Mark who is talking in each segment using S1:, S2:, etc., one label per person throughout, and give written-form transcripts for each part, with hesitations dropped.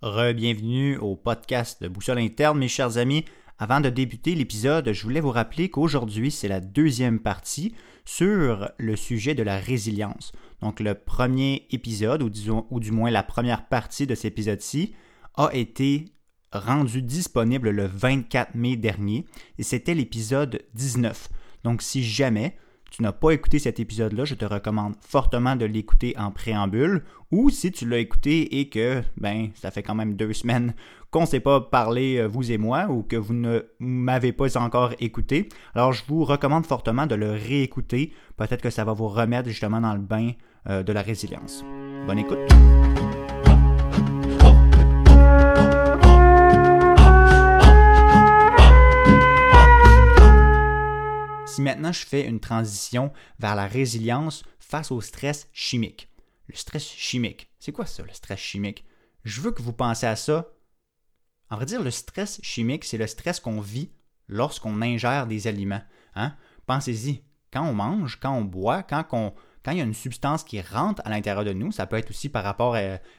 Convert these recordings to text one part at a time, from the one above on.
S1: Bienvenue au podcast de Boussole Interne, mes chers amis. Avant de débuter l'épisode, je voulais vous rappeler qu'aujourd'hui, c'est la deuxième partie sur le sujet de la résilience. Donc, le premier épisode, ou du moins la première partie de cet épisode-ci, a été rendu disponible le 24 mai dernier et c'était l'épisode 19. Donc, si jamais tu n'as pas écouté cet épisode-là, je te recommande fortement de l'écouter en préambule, ou si tu l'as écouté et que, ça fait quand même 2 semaines qu'on ne s'est pas parlé, vous et moi, ou que vous ne m'avez pas encore écouté, alors je vous recommande fortement de le réécouter. Peut-être que ça va vous remettre justement dans le bain de la résilience. Bonne écoute! Si maintenant je fais une transition vers la résilience face au stress chimique. Le stress chimique, c'est quoi ça, le stress chimique? Je veux que vous pensiez à ça. En vrai dire, le stress chimique, c'est le stress qu'on vit lorsqu'on ingère des aliments. Pensez-y, quand on mange, quand on boit, quand il y a une substance qui rentre à l'intérieur de nous, ça peut être aussi par rapport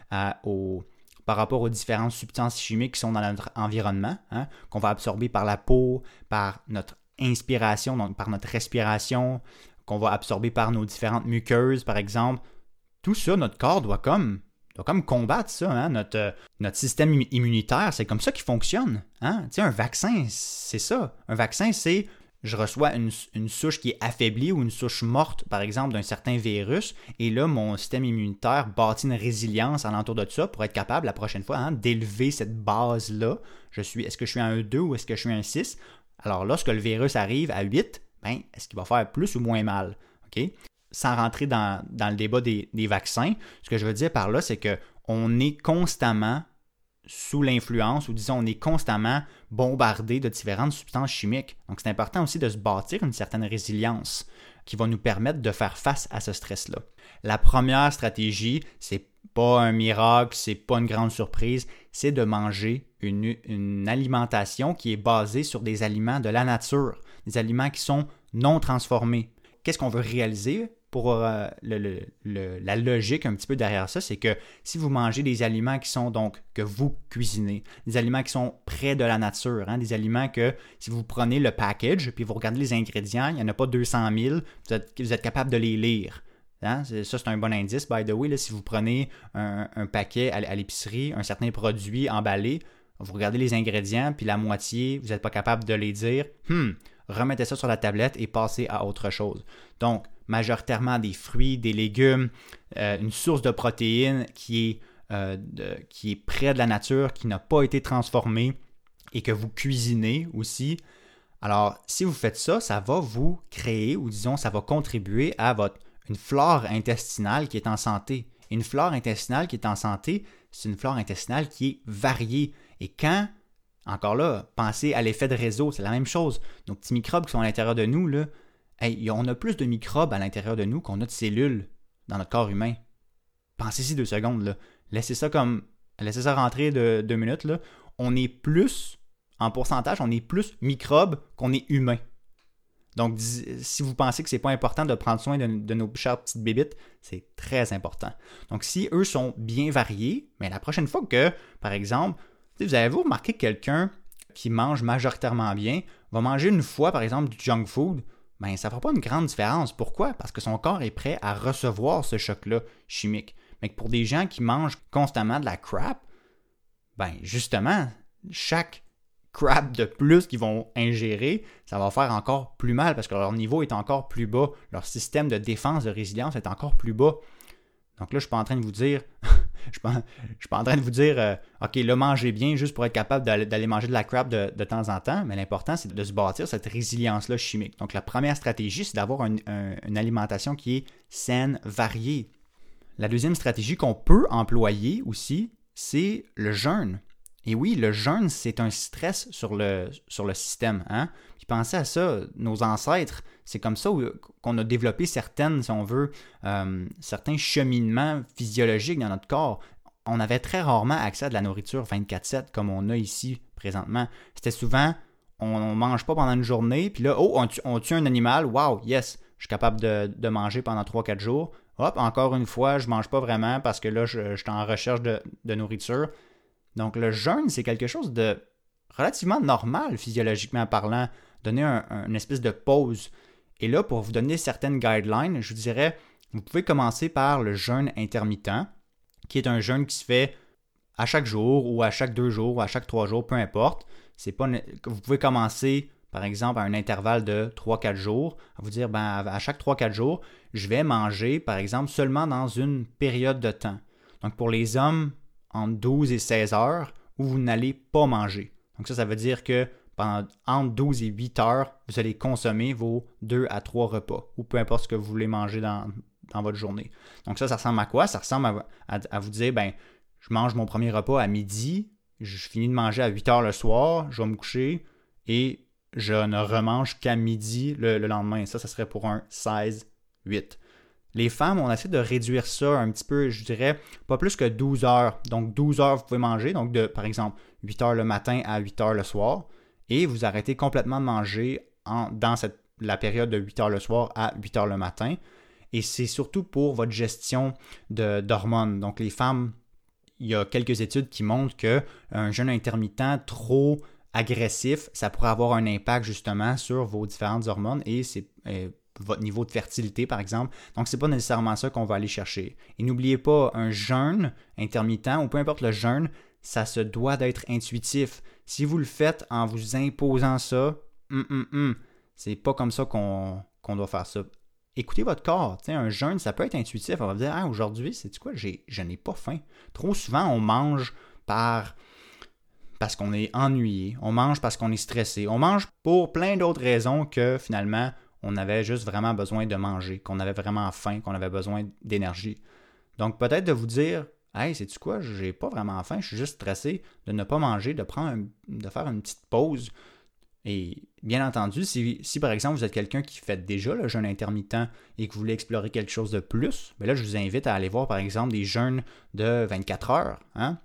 S1: aux différentes substances chimiques qui sont dans notre environnement, qu'on va absorber par la peau, par notre inspiration, donc par notre respiration, qu'on va absorber par nos différentes muqueuses, par exemple. Tout ça, notre corps doit comme combattre ça. Notre système immunitaire, c'est comme ça qu'il fonctionne. Tu sais, un vaccin, c'est ça. Un vaccin, c'est je reçois une souche qui est affaiblie ou une souche morte, par exemple, d'un certain virus, et là, mon système immunitaire bâtit une résilience alentour de ça pour être capable, la prochaine fois, d'élever cette base-là. Est-ce que je suis à un 2 ou est-ce que je suis à un 6? Alors, lorsque le virus arrive à 8, est-ce qu'il va faire plus ou moins mal? Okay? Sans rentrer dans le débat des vaccins, ce que je veux dire par là, c'est qu'on est constamment sous l'influence, ou disons, on est constamment bombardé de différentes substances chimiques. Donc, c'est important aussi de se bâtir une certaine résilience qui va nous permettre de faire face à ce stress-là. La première stratégie, c'est pas un miracle, c'est pas une grande surprise, c'est de manger une alimentation qui est basée sur des aliments de la nature, des aliments qui sont non transformés. Qu'est-ce qu'on veut réaliser pour la logique un petit peu derrière ça, c'est que si vous mangez des aliments qui sont donc que vous cuisinez, des aliments qui sont près de la nature, des aliments que si vous prenez le package puis vous regardez les ingrédients, il n'y en a pas 200 000, vous êtes capable de les lire. Ça, c'est un bon indice, by the way. Là, si vous prenez un paquet à l'épicerie, un certain produit emballé, vous regardez les ingrédients, puis la moitié, vous n'êtes pas capable de les dire, remettez ça sur la tablette et passez à autre chose. Donc, majoritairement des fruits, des légumes, une source de protéines qui est près de la nature, qui n'a pas été transformée et que vous cuisinez aussi. Alors, si vous faites ça, ça va vous créer, ou disons, ça va contribuer à une flore intestinale qui est en santé. Une flore intestinale qui est en santé, c'est une flore intestinale qui est variée. Et quand, encore là, pensez à l'effet de réseau, c'est la même chose. Nos petits microbes qui sont à l'intérieur de nous, là, on a plus de microbes à l'intérieur de nous qu'on a de cellules dans notre corps humain. Pensez-y 2 secondes. Là. Laissez ça rentrer de 2 minutes. Là. On est plus, en pourcentage, on est plus microbes qu'on est humain. Donc, si vous pensez que c'est pas important de prendre soin de nos chères petites bébites, c'est très important. Donc, si eux sont bien variés, mais la prochaine fois que, par exemple, vous avez-vous remarqué que quelqu'un qui mange majoritairement bien va manger une fois, par exemple, du junk food, ça ne fera pas une grande différence. Pourquoi? Parce que son corps est prêt à recevoir ce choc-là chimique. Mais que pour des gens qui mangent constamment de la crap, justement, chaque crap de plus qu'ils vont ingérer, ça va faire encore plus mal parce que leur niveau est encore plus bas. Leur système de défense, de résilience est encore plus bas. Donc là, je ne suis pas en train de vous dire, OK, là, mangez bien juste pour être capable d'aller manger de la crap de temps en temps, mais l'important, c'est de se bâtir cette résilience-là chimique. Donc, la première stratégie, c'est d'avoir une alimentation qui est saine, variée. La deuxième stratégie qu'on peut employer aussi, c'est le jeûne. Et oui, le jeûne, c'est un stress sur le système. Puis pensez à ça, nos ancêtres, c'est comme ça qu'on a développé certains cheminements physiologiques dans notre corps. On avait très rarement accès à de la nourriture 24/7 comme on a ici présentement. C'était souvent, on ne mange pas pendant une journée, puis là, on tue un animal, wow, yes, je suis capable de manger pendant 3-4 jours. Hop, encore une fois, je ne mange pas vraiment parce que là, je suis en recherche de nourriture. Donc, le jeûne, c'est quelque chose de relativement normal, physiologiquement parlant, donner une espèce de pause. Et là, pour vous donner certaines guidelines, je vous dirais, vous pouvez commencer par le jeûne intermittent, qui est un jeûne qui se fait à chaque jour ou à chaque 2 jours ou à chaque 3 jours, peu importe. Vous pouvez commencer, par exemple, à un intervalle de 3-4 jours, à vous dire, à chaque 3-4 jours, je vais manger, par exemple, seulement dans une période de temps. Donc, pour les hommes, entre 12 et 16 heures, où vous n'allez pas manger. Donc, ça veut dire que entre 12 et 8 heures, vous allez consommer vos 2 à 3 repas, ou peu importe ce que vous voulez manger dans votre journée. Donc, ça ressemble à quoi? Ça ressemble à vous dire, je mange mon premier repas à midi, je finis de manger à 8 heures le soir, je vais me coucher et je ne remange qu'à midi le lendemain. Ça serait pour un 16-8. Les femmes, on essaie de réduire ça un petit peu, je dirais, pas plus que 12 heures. Donc, 12 heures, vous pouvez manger, donc par exemple, 8 heures le matin à 8 heures le soir, et vous arrêtez complètement de manger dans la période de 8 heures le soir à 8 heures le matin. Et c'est surtout pour votre gestion d'hormones. Donc, les femmes, il y a quelques études qui montrent qu'un jeûne intermittent trop agressif, ça pourrait avoir un impact justement sur vos différentes hormones et votre niveau de fertilité, par exemple. Donc, ce n'est pas nécessairement ça qu'on va aller chercher. Et n'oubliez pas, un jeûne intermittent, ou peu importe le jeûne, ça se doit d'être intuitif. Si vous le faites en vous imposant ça, c'est pas comme ça qu'on doit faire ça. Écoutez votre corps. Un jeûne, ça peut être intuitif. On va dire, aujourd'hui, c'est quoi, je n'ai pas faim. Trop souvent, on mange parce qu'on est ennuyé. On mange parce qu'on est stressé. On mange pour plein d'autres raisons que finalement, on avait juste vraiment besoin de manger, qu'on avait vraiment faim, qu'on avait besoin d'énergie. Donc, peut-être de vous dire, hey, sais-tu quoi, j'ai pas vraiment faim, je suis juste stressé, de ne pas manger, de faire une petite pause. Et bien entendu, si par exemple vous êtes quelqu'un qui fait déjà le jeûne intermittent et que vous voulez explorer quelque chose de plus, là, je vous invite à aller voir par exemple des jeûnes de 24 heures,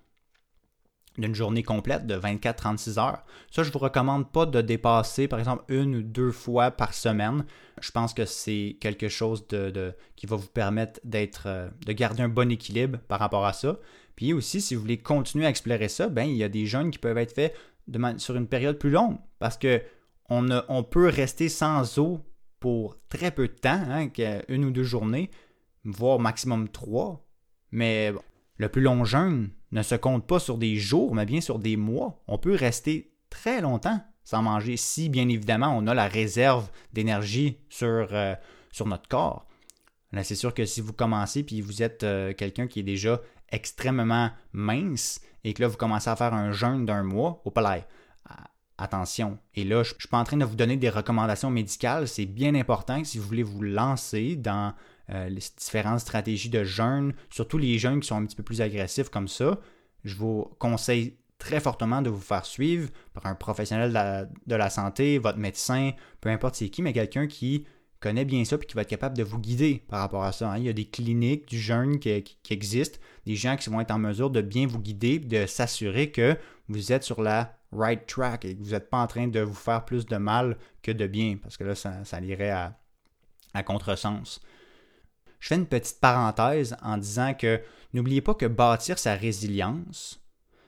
S1: d'une journée complète de 24-36 heures. Ça, je ne vous recommande pas de dépasser par exemple 1 ou 2 fois par semaine. Je pense que c'est quelque chose qui va vous permettre de garder un bon équilibre par rapport à ça. Puis aussi, si vous voulez continuer à explorer ça, il y a des jeûnes qui peuvent être faits sur une période plus longue, parce que on peut rester sans eau pour très peu de temps, 1 ou 2 journées, voire maximum 3. Mais le plus long jeûne ne se compte pas sur des jours, mais bien sur des mois. On peut rester très longtemps sans manger, si bien évidemment on a la réserve d'énergie sur notre corps. Là, c'est sûr que si vous commencez puis vous êtes quelqu'un qui est déjà extrêmement mince et que là, vous commencez à faire un jeûne d'1 mois, attention. Et là, je ne suis pas en train de vous donner des recommandations médicales. C'est bien important que si vous voulez vous lancer dans les différentes stratégies de jeûne, surtout les jeûnes qui sont un petit peu plus agressifs comme ça, je vous conseille très fortement de vous faire suivre par un professionnel de la santé, votre médecin, peu importe c'est qui, mais quelqu'un qui connaît bien ça et qui va être capable de vous guider par rapport à ça. Il y a des cliniques du jeûne qui existent, des gens qui vont être en mesure de bien vous guider et de s'assurer que vous êtes sur la right track et que vous n'êtes pas en train de vous faire plus de mal que de bien, parce que là, ça irait à contresens. Je fais une petite parenthèse en disant que n'oubliez pas que bâtir sa résilience,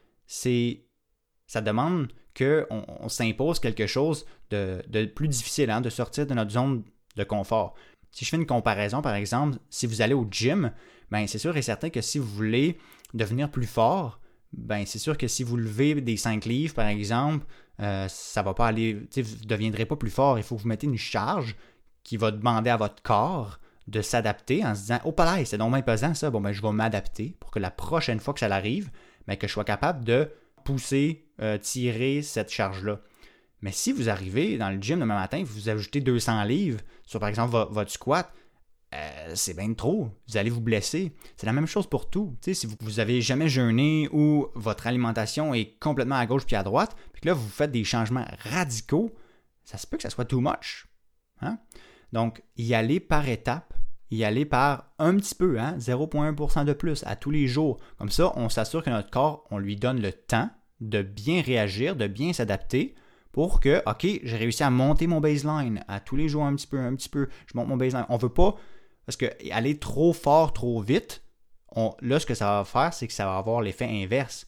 S1: ça demande qu'on s'impose quelque chose de plus difficile, de sortir de notre zone de confort. Si je fais une comparaison, par exemple, si vous allez au gym, c'est sûr et certain que si vous voulez devenir plus fort, c'est sûr que si vous levez des 5 livres, par exemple, ça va pas aller, vous ne deviendrez pas plus fort. Il faut que vous mettez une charge qui va demander à votre corps de s'adapter en se disant « Oh, palais, c'est donc bien pesant ça, je vais m'adapter pour que la prochaine fois que ça arrive, que je sois capable de pousser, tirer cette charge-là. » Mais si vous arrivez dans le gym demain matin, vous ajoutez 200 livres sur, par exemple, votre squat, c'est bien trop. Vous allez vous blesser. C'est la même chose pour tout. Si vous n'avez jamais jeûné ou votre alimentation est complètement à gauche puis à droite, puis que là, vous faites des changements radicaux, ça se peut que ça soit too much. Donc, y aller par étapes, y aller par un petit peu, 0,1% de plus à tous les jours. Comme ça, on s'assure que notre corps, on lui donne le temps de bien réagir, de bien s'adapter pour que, OK, j'ai réussi à monter mon baseline à tous les jours un petit peu, je monte mon baseline. On ne veut pas, parce que aller trop fort, trop vite, là, ce que ça va faire, c'est que ça va avoir l'effet inverse.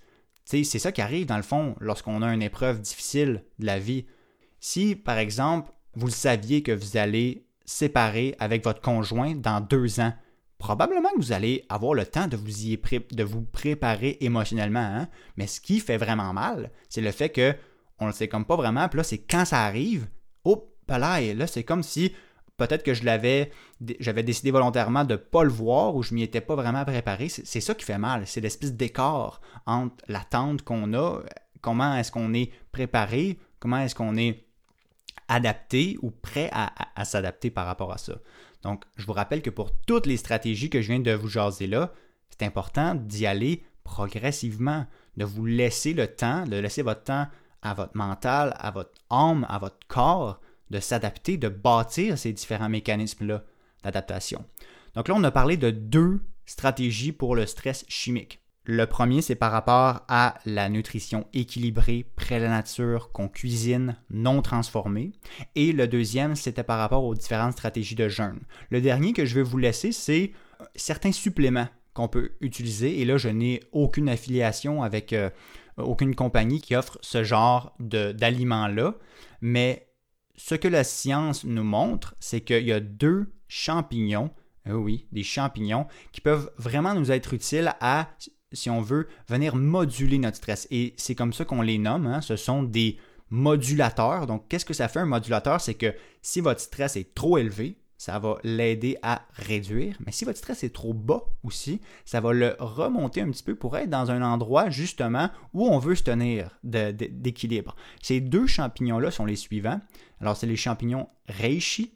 S1: C'est ça qui arrive dans le fond lorsqu'on a une épreuve difficile de la vie. Si, par exemple, vous le saviez que vous allez séparer avec votre conjoint dans 2 ans, probablement que vous allez avoir le temps de vous préparer émotionnellement. Hein? Mais ce qui fait vraiment mal, c'est le fait qu'on ne le sait comme pas vraiment. Puis là, c'est quand ça arrive, là, c'est comme si peut-être que j'avais décidé volontairement de ne pas le voir ou je ne m'y étais pas vraiment préparé. C'est ça qui fait mal. C'est l'espèce d'écart entre l'attente qu'on a, comment est-ce qu'on est préparé, comment est-ce qu'on est adapté ou prêt à s'adapter par rapport à ça. Donc, je vous rappelle que pour toutes les stratégies que je viens de vous jaser là, c'est important d'y aller progressivement, de vous laisser le temps, de laisser votre temps à votre mental, à votre âme, à votre corps, de s'adapter, de bâtir ces différents mécanismes-là d'adaptation. Donc là, on a parlé de 2 stratégies pour le stress chimique. Le premier, c'est par rapport à la nutrition équilibrée, près de la nature, qu'on cuisine, non transformée. Et le deuxième, c'était par rapport aux différentes stratégies de jeûne. Le dernier que je vais vous laisser, c'est certains suppléments qu'on peut utiliser. Et là, je n'ai aucune affiliation avec aucune compagnie qui offre ce genre d'aliments-là. Mais ce que la science nous montre, c'est qu'il y a 2 champignons, oui, des champignons, qui peuvent vraiment nous être utiles à, si on veut, venir moduler notre stress. Et c'est comme ça qu'on les nomme, hein? Ce sont des modulateurs. Donc, qu'est-ce que ça fait un modulateur? C'est que si votre stress est trop élevé, ça va l'aider à réduire. Mais si votre stress est trop bas aussi, ça va le remonter un petit peu pour être dans un endroit justement où on veut se tenir d'équilibre. Ces 2 champignons-là sont les suivants. Alors, c'est les champignons reishi,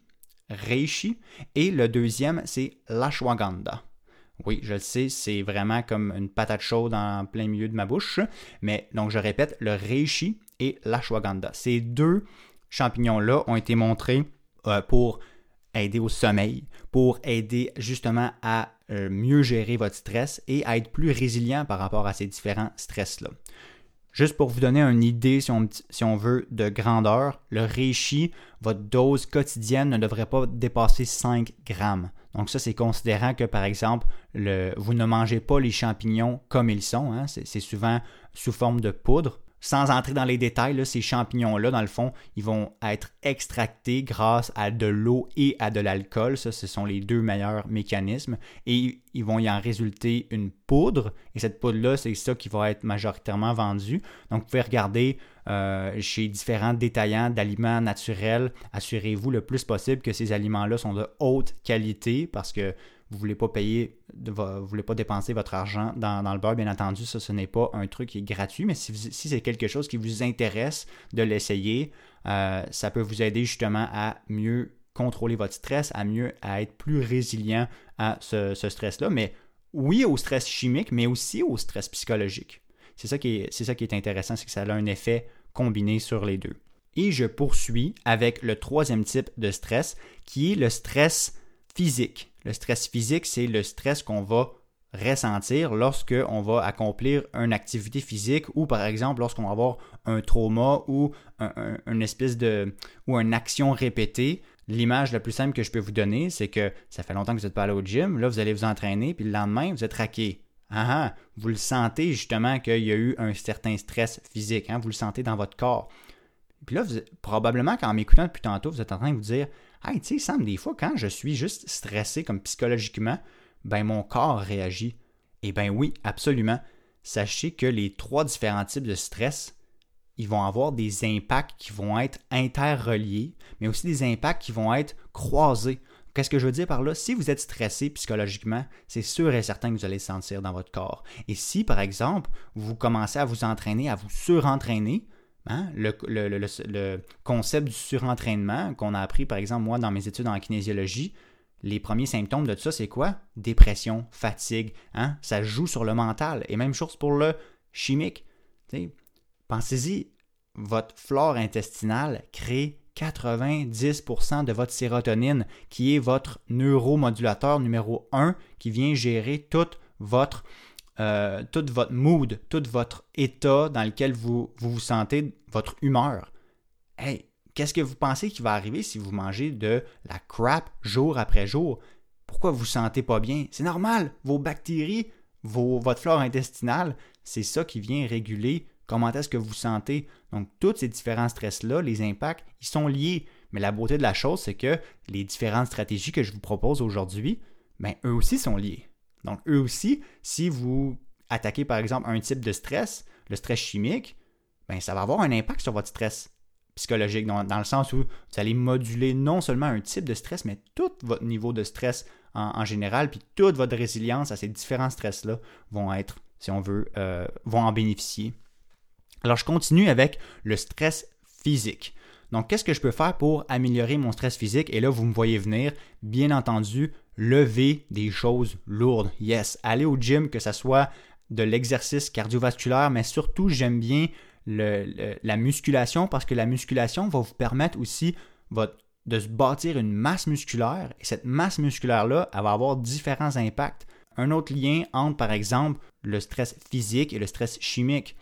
S1: et le deuxième, c'est l'ashwagandha. Oui, je le sais, c'est vraiment comme une patate chaude en plein milieu de ma bouche. Mais donc, je répète, le reishi et l'ashwagandha. Ces 2 champignons-là ont été montrés pour aider au sommeil, pour aider justement à mieux gérer votre stress et à être plus résilient par rapport à ces différents stress-là. Juste pour vous donner une idée, si on veut, de grandeur, le reishi, votre dose quotidienne ne devrait pas dépasser 5 grammes. Donc ça, c'est considérant que, par exemple, vous ne mangez pas les champignons comme ils sont. Hein, c'est souvent sous forme de poudre. Sans entrer dans les détails, là, ces champignons-là, dans le fond, ils vont être extractés grâce à de l'eau et à de l'alcool. Ça, ce sont les 2 meilleurs mécanismes. Et ils vont y en résulter une poudre. Et cette poudre-là, c'est ça qui va être majoritairement vendu. Donc, vous pouvez regarder chez différents détaillants d'aliments naturels. Assurez-vous le plus possible que ces aliments-là sont de haute qualité parce que vous ne voulez pas vous voulez pas dépenser votre argent dans le beurre, bien entendu, ça, ce n'est pas un truc qui est gratuit, mais si c'est quelque chose qui vous intéresse de l'essayer, ça peut vous aider justement à mieux contrôler votre stress, à être plus résilient à ce stress-là, mais oui au stress chimique, mais aussi au stress psychologique. C'est ça qui est intéressant, c'est que ça a un effet combiné sur les 2. Et je poursuis avec le 3e type de stress, qui est le stress physique. Le stress physique, c'est le stress qu'on va ressentir lorsqu'on va accomplir une activité physique ou par exemple lorsqu'on va avoir un trauma ou une espèce ou une action répétée. L'image la plus simple que je peux vous donner, c'est que ça fait longtemps que vous n'êtes pas allé au gym, là vous allez vous entraîner, puis le lendemain vous êtes raqué. Vous le sentez justement qu'il y a eu un certain stress physique, hein, vous le sentez dans votre corps. Puis là, probablement qu'en m'écoutant depuis tantôt, vous êtes en train de vous dire « Hey, tu sais, Sam, des fois, quand je suis juste stressé comme psychologiquement, ben mon corps réagit. » Eh bien oui, absolument. Sachez que les 3 différents types de stress, ils vont avoir des impacts qui vont être interreliés, mais aussi des impacts qui vont être croisés. Qu'est-ce que je veux dire par là? Si vous êtes stressé psychologiquement, c'est sûr et certain que vous allez le sentir dans votre corps. Et si, par exemple, vous commencez à vous entraîner, à vous surentraîner, hein, le concept du surentraînement qu'on a appris, par exemple, moi, dans mes études en kinésiologie, les premiers symptômes de tout ça, c'est quoi? Dépression, fatigue, hein? Ça joue sur le mental. Et même chose pour le chimique. T'sais, pensez-y, votre flore intestinale crée 90% de votre sérotonine, qui est votre neuromodulateur numéro 1, qui vient gérer tout votre mood, tout votre état dans lequel vous vous sentez, votre humeur. Hey, qu'est-ce que vous pensez qui va arriver si vous mangez de la crap jour après jour? Pourquoi vous ne vous sentez pas bien? C'est normal, vos bactéries, votre flore intestinale, c'est ça qui vient réguler comment est-ce que vous sentez. Donc, tous ces différents stress-là, les impacts, ils sont liés. Mais la beauté de la chose, c'est que les différentes stratégies que je vous propose aujourd'hui, bien, eux aussi sont liés. Donc, eux aussi, si vous attaquez par exemple un type de stress, le stress chimique, bien, ça va avoir un impact sur votre stress psychologique, dans le sens où vous allez moduler non seulement un type de stress, mais tout votre niveau de stress en général, puis toute votre résilience à ces différents stress-là vont être, si on veut, vont en bénéficier. Alors, je continue avec le stress physique. Donc, qu'est-ce que je peux faire pour améliorer mon stress physique? Et là, vous me voyez venir, bien entendu, lever des choses lourdes. Yes, aller au gym, que ce soit de l'exercice cardiovasculaire, mais surtout, j'aime bien la musculation parce que la musculation va vous permettre aussi de se bâtir une masse musculaire. Et cette masse musculaire-là, elle va avoir différents impacts. Un autre lien entre, par exemple, le stress physique et le stress chimique.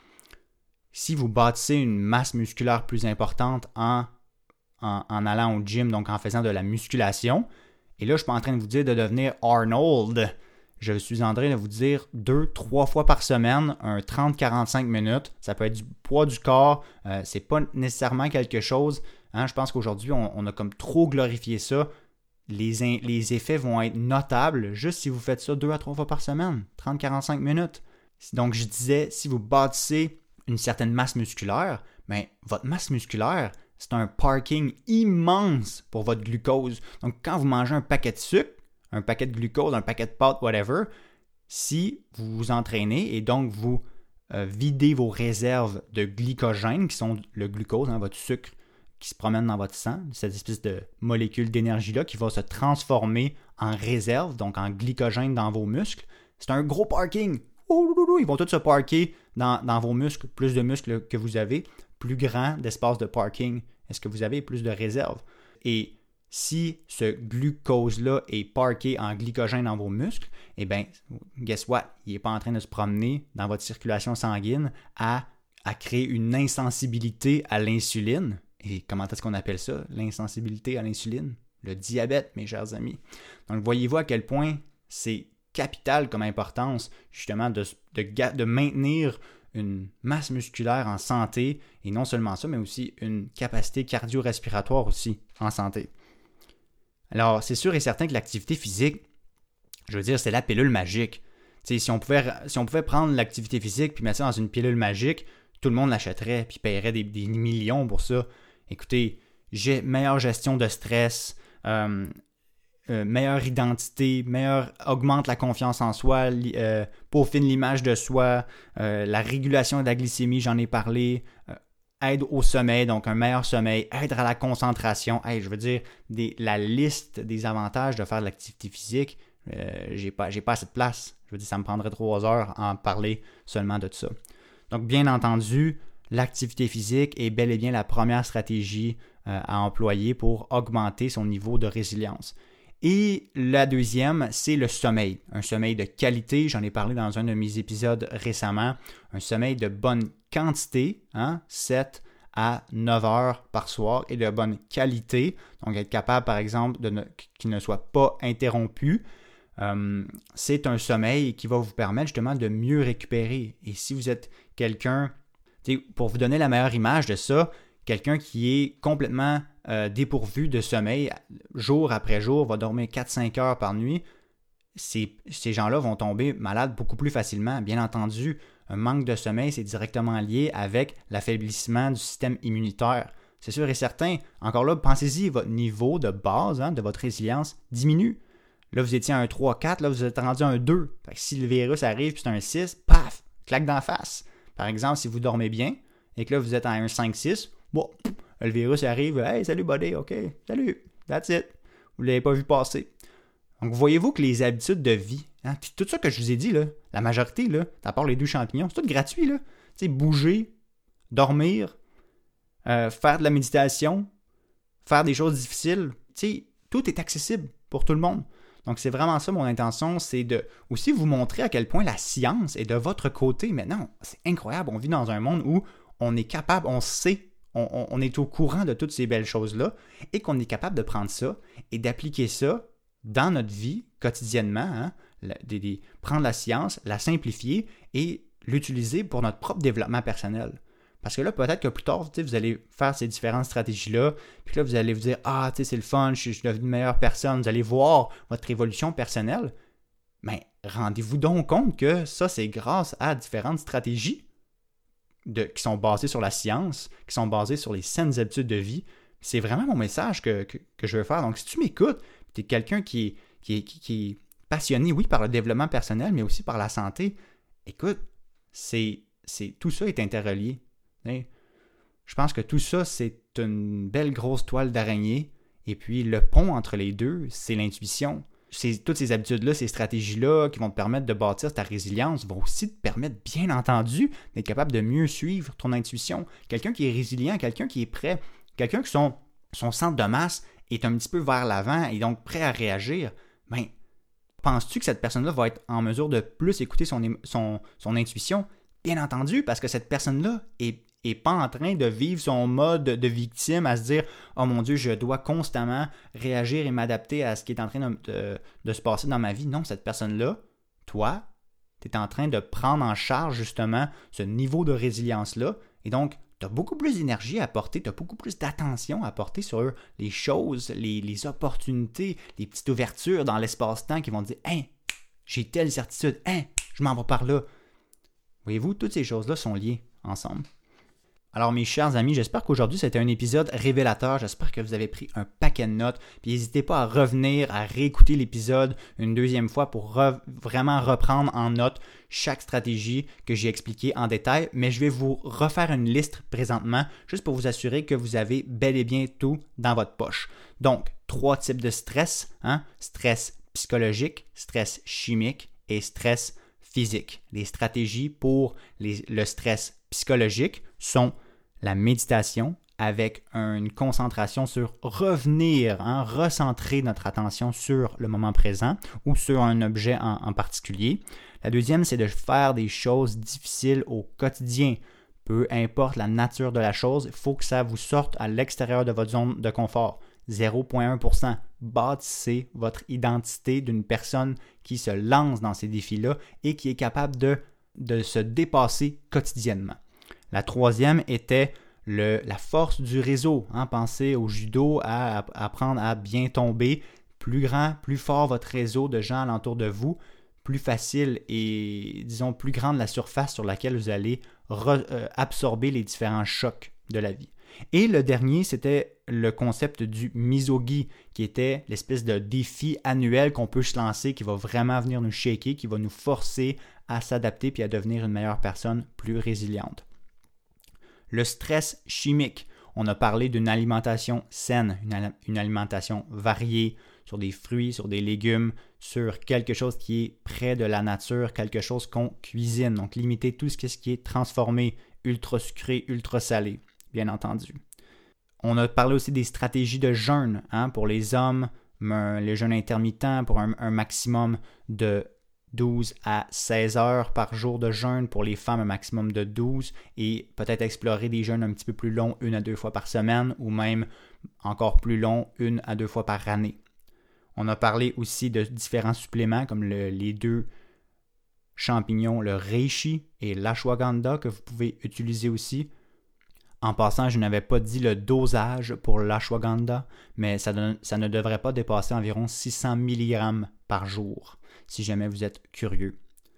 S1: Si vous bâtissez une masse musculaire plus importante en allant au gym, donc en faisant de la musculation, et là, je ne suis pas en train de vous dire de devenir Arnold. Je suis en train de vous dire 2-3 fois par semaine, un 30-45 minutes. Ça peut être du poids du corps. C'est pas nécessairement quelque chose. Je pense qu'aujourd'hui, on a comme trop glorifié ça. Les effets vont être notables juste si vous faites ça 2 à 3 fois par semaine, 30-45 minutes. Donc, je disais, si vous bâtissez une certaine masse musculaire, bien, votre masse musculaire, c'est un parking immense pour votre glucose. Donc, quand vous mangez un paquet de sucre, un paquet de glucose, un paquet de pâtes, whatever, si vous vous entraînez et donc vous videz vos réserves de glycogène, qui sont le glucose, votre sucre qui se promène dans votre sang, cette espèce de molécule d'énergie-là qui va se transformer en réserve, donc en glycogène dans vos muscles, c'est un gros parking. Ils vont tous se parker dans vos muscles. Plus de muscles que vous avez, plus grand d'espace de parking. Est-ce que vous avez plus de réserves? Et si ce glucose-là est parké en glycogène dans vos muscles, eh bien, guess what? Il n'est pas en train de se promener dans votre circulation sanguine à créer une insensibilité à l'insuline. Et comment est-ce qu'on appelle ça, l'insensibilité à l'insuline? Le diabète, mes chers amis. Donc, voyez-vous à quel point c'est capital comme importance, justement, de maintenir une masse musculaire en santé, et non seulement ça, mais aussi une capacité cardio-respiratoire aussi en santé. Alors, c'est sûr et certain que l'activité physique, je veux dire, c'est la pilule magique. T'sais, si on pouvait prendre l'activité physique puis mettre ça dans une pilule magique, tout le monde l'achèterait puis paierait des millions pour ça. Écoutez, j'ai meilleure gestion de stress, meilleure identité, augmente la confiance en soi, peaufine l'image de soi, la régulation de la glycémie, j'en ai parlé, aide au sommeil, donc un meilleur sommeil, aide à la concentration. Je veux dire, la liste des avantages de faire de l'activité physique, j'ai pas assez de place. Je veux dire, ça me prendrait 3 heures à en parler seulement de ça. Donc, bien entendu, l'activité physique est bel et bien la première stratégie à employer pour augmenter son niveau de résilience. Et la deuxième, c'est le sommeil. Un sommeil de qualité, j'en ai parlé dans un de mes épisodes récemment. Un sommeil de bonne quantité, 7 à 9 heures par soir, et de bonne qualité. Donc, être capable, par exemple, qu'il ne soit pas interrompu. C'est un sommeil qui va vous permettre justement de mieux récupérer. Et si vous êtes quelqu'un, pour vous donner la meilleure image de ça, quelqu'un qui est complètement dépourvu de sommeil, jour après jour, va dormir 4-5 heures par nuit, ces gens-là vont tomber malades beaucoup plus facilement. Bien entendu, un manque de sommeil, c'est directement lié avec l'affaiblissement du système immunitaire. C'est sûr et certain. Encore là, pensez-y, votre niveau de base, de votre résilience diminue. Là, vous étiez à un 3-4, là, vous êtes rendu à un 2. Fait que si le virus arrive et c'est un 6, paf, claque d'en face. Par exemple, si vous dormez bien et que là, vous êtes à un 5-6, bon, le virus arrive, « Hey, salut buddy, ok, salut, that's it. » Vous ne l'avez pas vu passer. Donc, voyez-vous que les habitudes de vie, tout ça que je vous ai dit, là, la majorité, là, à part les 2 champignons, c'est tout gratuit, là. Tu sais, bouger, dormir, faire de la méditation, faire des choses difficiles, tu sais, tout est accessible pour tout le monde. Donc, c'est vraiment ça mon intention, c'est de aussi vous montrer à quel point la science est de votre côté. Maintenant, c'est incroyable, on vit dans un monde où on est capable, on sait, on est au courant de toutes ces belles choses-là et qu'on est capable de prendre ça et d'appliquer ça dans notre vie quotidiennement, prendre la science, la simplifier et l'utiliser pour notre propre développement personnel. Parce que là, peut-être que plus tard, vous allez faire ces différentes stratégies-là, puis là, vous allez vous dire « Ah, c'est le fun, je suis devenu une meilleure personne. » Vous allez voir votre évolution personnelle. Mais rendez-vous donc compte que ça, c'est grâce à différentes stratégies qui sont basées sur la science, qui sont basées sur les saines habitudes de vie. C'est vraiment mon message que je veux faire. Donc, si tu m'écoutes, tu es quelqu'un qui est passionné, oui, par le développement personnel, mais aussi par la santé, écoute, tout ça est interrelié. Je pense que tout ça, c'est une belle grosse toile d'araignée. Et puis, le pont entre les deux, c'est l'intuition. Toutes ces habitudes-là, ces stratégies-là qui vont te permettre de bâtir ta résilience vont aussi te permettre, bien entendu, d'être capable de mieux suivre ton intuition. Quelqu'un qui est résilient, quelqu'un qui est prêt, quelqu'un qui son centre de masse est un petit peu vers l'avant et donc prêt à réagir, bien, penses-tu que cette personne-là va être en mesure de plus écouter son intuition? Bien entendu, parce que cette personne-là est pas en train de vivre son mode de victime à se dire « Oh mon Dieu, je dois constamment réagir et m'adapter à ce qui est en train de se passer dans ma vie. » Non, cette personne-là, toi, tu es en train de prendre en charge justement ce niveau de résilience-là et donc tu as beaucoup plus d'énergie à apporter, tu as beaucoup plus d'attention à apporter sur les choses, les opportunités, les petites ouvertures dans l'espace-temps qui vont te dire « Hein, j'ai telle certitude, hein, je m'en vais par là. » Voyez-vous, toutes ces choses-là sont liées ensemble. Alors mes chers amis, j'espère qu'aujourd'hui c'était un épisode révélateur, j'espère que vous avez pris un paquet de notes, puis n'hésitez pas à revenir, à réécouter l'épisode une deuxième fois pour vraiment reprendre en note chaque stratégie que j'ai expliquée en détail, mais je vais vous refaire une liste présentement, juste pour vous assurer que vous avez bel et bien tout dans votre poche. Donc, 3 types de stress, stress psychologique, stress chimique et stress physique. Les stratégies pour le stress psychologique sont la méditation avec une concentration sur revenir, recentrer notre attention sur le moment présent ou sur un objet en particulier. La deuxième, c'est de faire des choses difficiles au quotidien. Peu importe la nature de la chose, il faut que ça vous sorte à l'extérieur de votre zone de confort. 0,1%. Bâtissez votre identité d'une personne qui se lance dans ces défis-là et qui est capable de se dépasser quotidiennement. La troisième était la force du réseau. Pensez au judo, à apprendre à bien tomber. Plus grand, plus fort votre réseau de gens alentour de vous, plus facile et, disons, plus grande la surface sur laquelle vous allez absorber les différents chocs de la vie. Et le dernier, c'était le concept du misogi, qui était l'espèce de défi annuel qu'on peut se lancer, qui va vraiment venir nous shaker, qui va nous forcer à s'adapter puis à devenir une meilleure personne plus résiliente. Le stress chimique, on a parlé d'une alimentation saine, une alimentation variée, sur des fruits, sur des légumes, sur quelque chose qui est près de la nature, quelque chose qu'on cuisine. Donc, limiter tout ce qui est transformé, ultra sucré, ultra salé, bien entendu. On a parlé aussi des stratégies de jeûne pour les hommes, le jeûne intermittent pour un maximum de 12 à 16 heures par jour de jeûne, pour les femmes un maximum de 12 et peut-être explorer des jeûnes un petit peu plus longs 1 à 2 fois par semaine ou même encore plus longs 1 à 2 fois par année. On a parlé aussi de différents suppléments comme les 2 champignons, le reishi et l'ashwagandha que vous pouvez utiliser aussi. En passant, je n'avais pas dit le dosage pour l'ashwagandha, mais ça ne devrait pas dépasser environ 600 mg par jour, si jamais vous êtes curieux.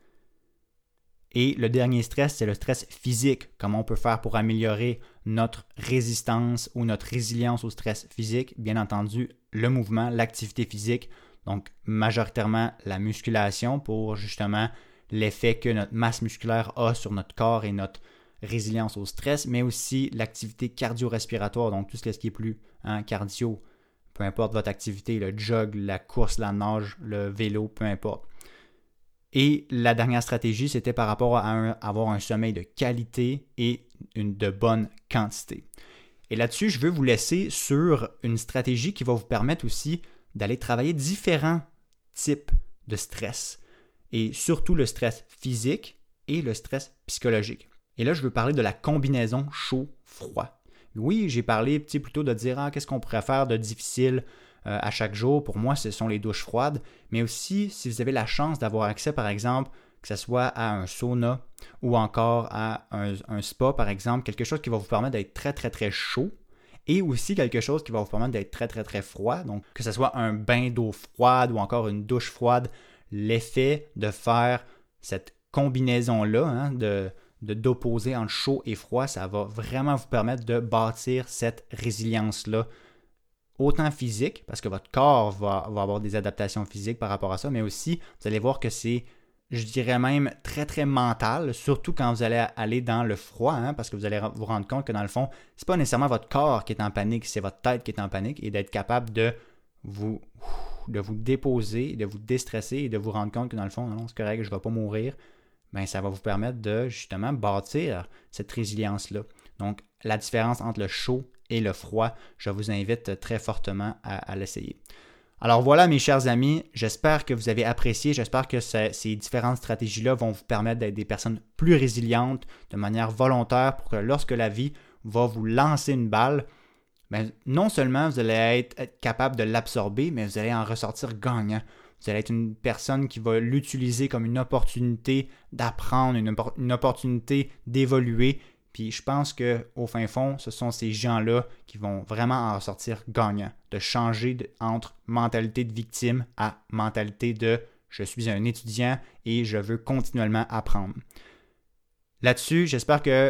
S1: Et le dernier stress, c'est le stress physique. Comment on peut faire pour améliorer notre résistance ou notre résilience au stress physique? Bien entendu, le mouvement, l'activité physique, donc majoritairement la musculation pour justement l'effet que notre masse musculaire a sur notre corps et notre résilience au stress, mais aussi l'activité cardio-respiratoire, donc tout ce qui est plus cardio, peu importe votre activité, le jog, la course, la nage, le vélo, peu importe. Et la dernière stratégie, c'était par rapport à avoir un sommeil de qualité et de bonne quantité. Et là-dessus, je veux vous laisser sur une stratégie qui va vous permettre aussi d'aller travailler différents types de stress, et surtout le stress physique et le stress psychologique. Et là, je veux parler de la combinaison chaud-froid. Oui, j'ai parlé plutôt de dire qu'est-ce qu'on pourrait faire de difficile à chaque jour. Pour moi, ce sont les douches froides. Mais aussi, si vous avez la chance d'avoir accès, par exemple, que ce soit à un sauna ou encore à un spa, par exemple, quelque chose qui va vous permettre d'être très, très, très chaud et aussi quelque chose qui va vous permettre d'être très, très, très froid. Donc, que ce soit un bain d'eau froide ou encore une douche froide, l'effet de faire cette combinaison-là, d'opposer entre chaud et froid, ça va vraiment vous permettre de bâtir cette résilience-là, autant physique, parce que votre corps va avoir des adaptations physiques par rapport à ça, mais aussi, vous allez voir que c'est, je dirais même, très, très mental, surtout quand vous allez aller dans le froid, parce que vous allez vous rendre compte que dans le fond, c'est pas nécessairement votre corps qui est en panique, c'est votre tête qui est en panique, et d'être capable de vous déposer, de vous déstresser et de vous rendre compte que dans le fond, non, c'est correct, je ne vais pas mourir, bien, ça va vous permettre de justement bâtir cette résilience-là. Donc, la différence entre le chaud et le froid, je vous invite très fortement à l'essayer. Alors voilà, mes chers amis, j'espère que vous avez apprécié, j'espère que ces différentes stratégies-là vont vous permettre d'être des personnes plus résilientes de manière volontaire pour que lorsque la vie va vous lancer une balle, bien, non seulement vous allez être capable de l'absorber, mais vous allez en ressortir gagnant. Vous allez être une personne qui va l'utiliser comme une opportunité d'apprendre, une opportunité d'évoluer. Puis je pense qu'au fin fond, ce sont ces gens-là qui vont vraiment en ressortir gagnants, de changer entre mentalité de victime à mentalité de « je suis un étudiant et je veux continuellement apprendre ». Là-dessus, j'espère que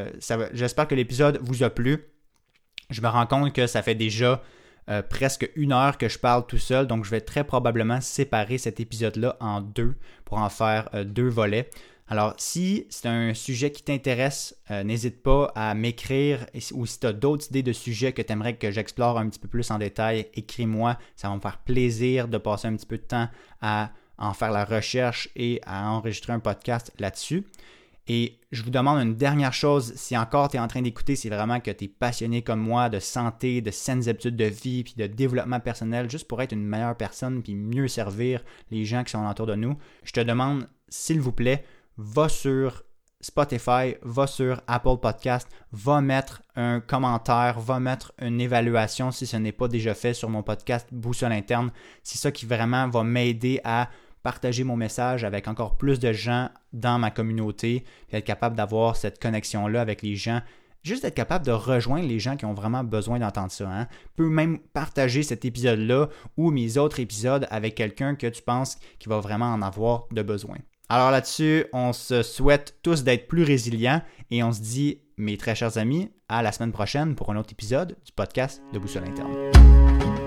S1: l'épisode vous a plu. Je me rends compte que ça fait déjà presque 1 heure que je parle tout seul, donc je vais très probablement séparer cet épisode-là en 2 pour en faire 2 volets. Alors, si c'est un sujet qui t'intéresse, n'hésite pas à m'écrire ou si tu as d'autres idées de sujets que tu aimerais que j'explore un petit peu plus en détail, écris-moi. Ça va me faire plaisir de passer un petit peu de temps à en faire la recherche et à enregistrer un podcast là-dessus. Et je vous demande une dernière chose, si encore tu es en train d'écouter, c'est vraiment que tu es passionné comme moi de santé, de saines habitudes de vie, puis de développement personnel, juste pour être une meilleure personne, puis mieux servir les gens qui sont autour de nous, je te demande, s'il vous plaît, va sur Spotify, va sur Apple Podcast, va mettre un commentaire, va mettre une évaluation si ce n'est pas déjà fait sur mon podcast Boussole Interne. C'est ça qui vraiment va m'aider à partager mon message avec encore plus de gens dans ma communauté, puis être capable d'avoir cette connexion-là avec les gens, juste être capable de rejoindre les gens qui ont vraiment besoin d'entendre ça. Peux même partager cet épisode-là ou mes autres épisodes avec quelqu'un que tu penses qui va vraiment en avoir de besoin. Alors là-dessus, on se souhaite tous d'être plus résilients et on se dit, mes très chers amis, à la semaine prochaine pour un autre épisode du podcast de Boussole Interne.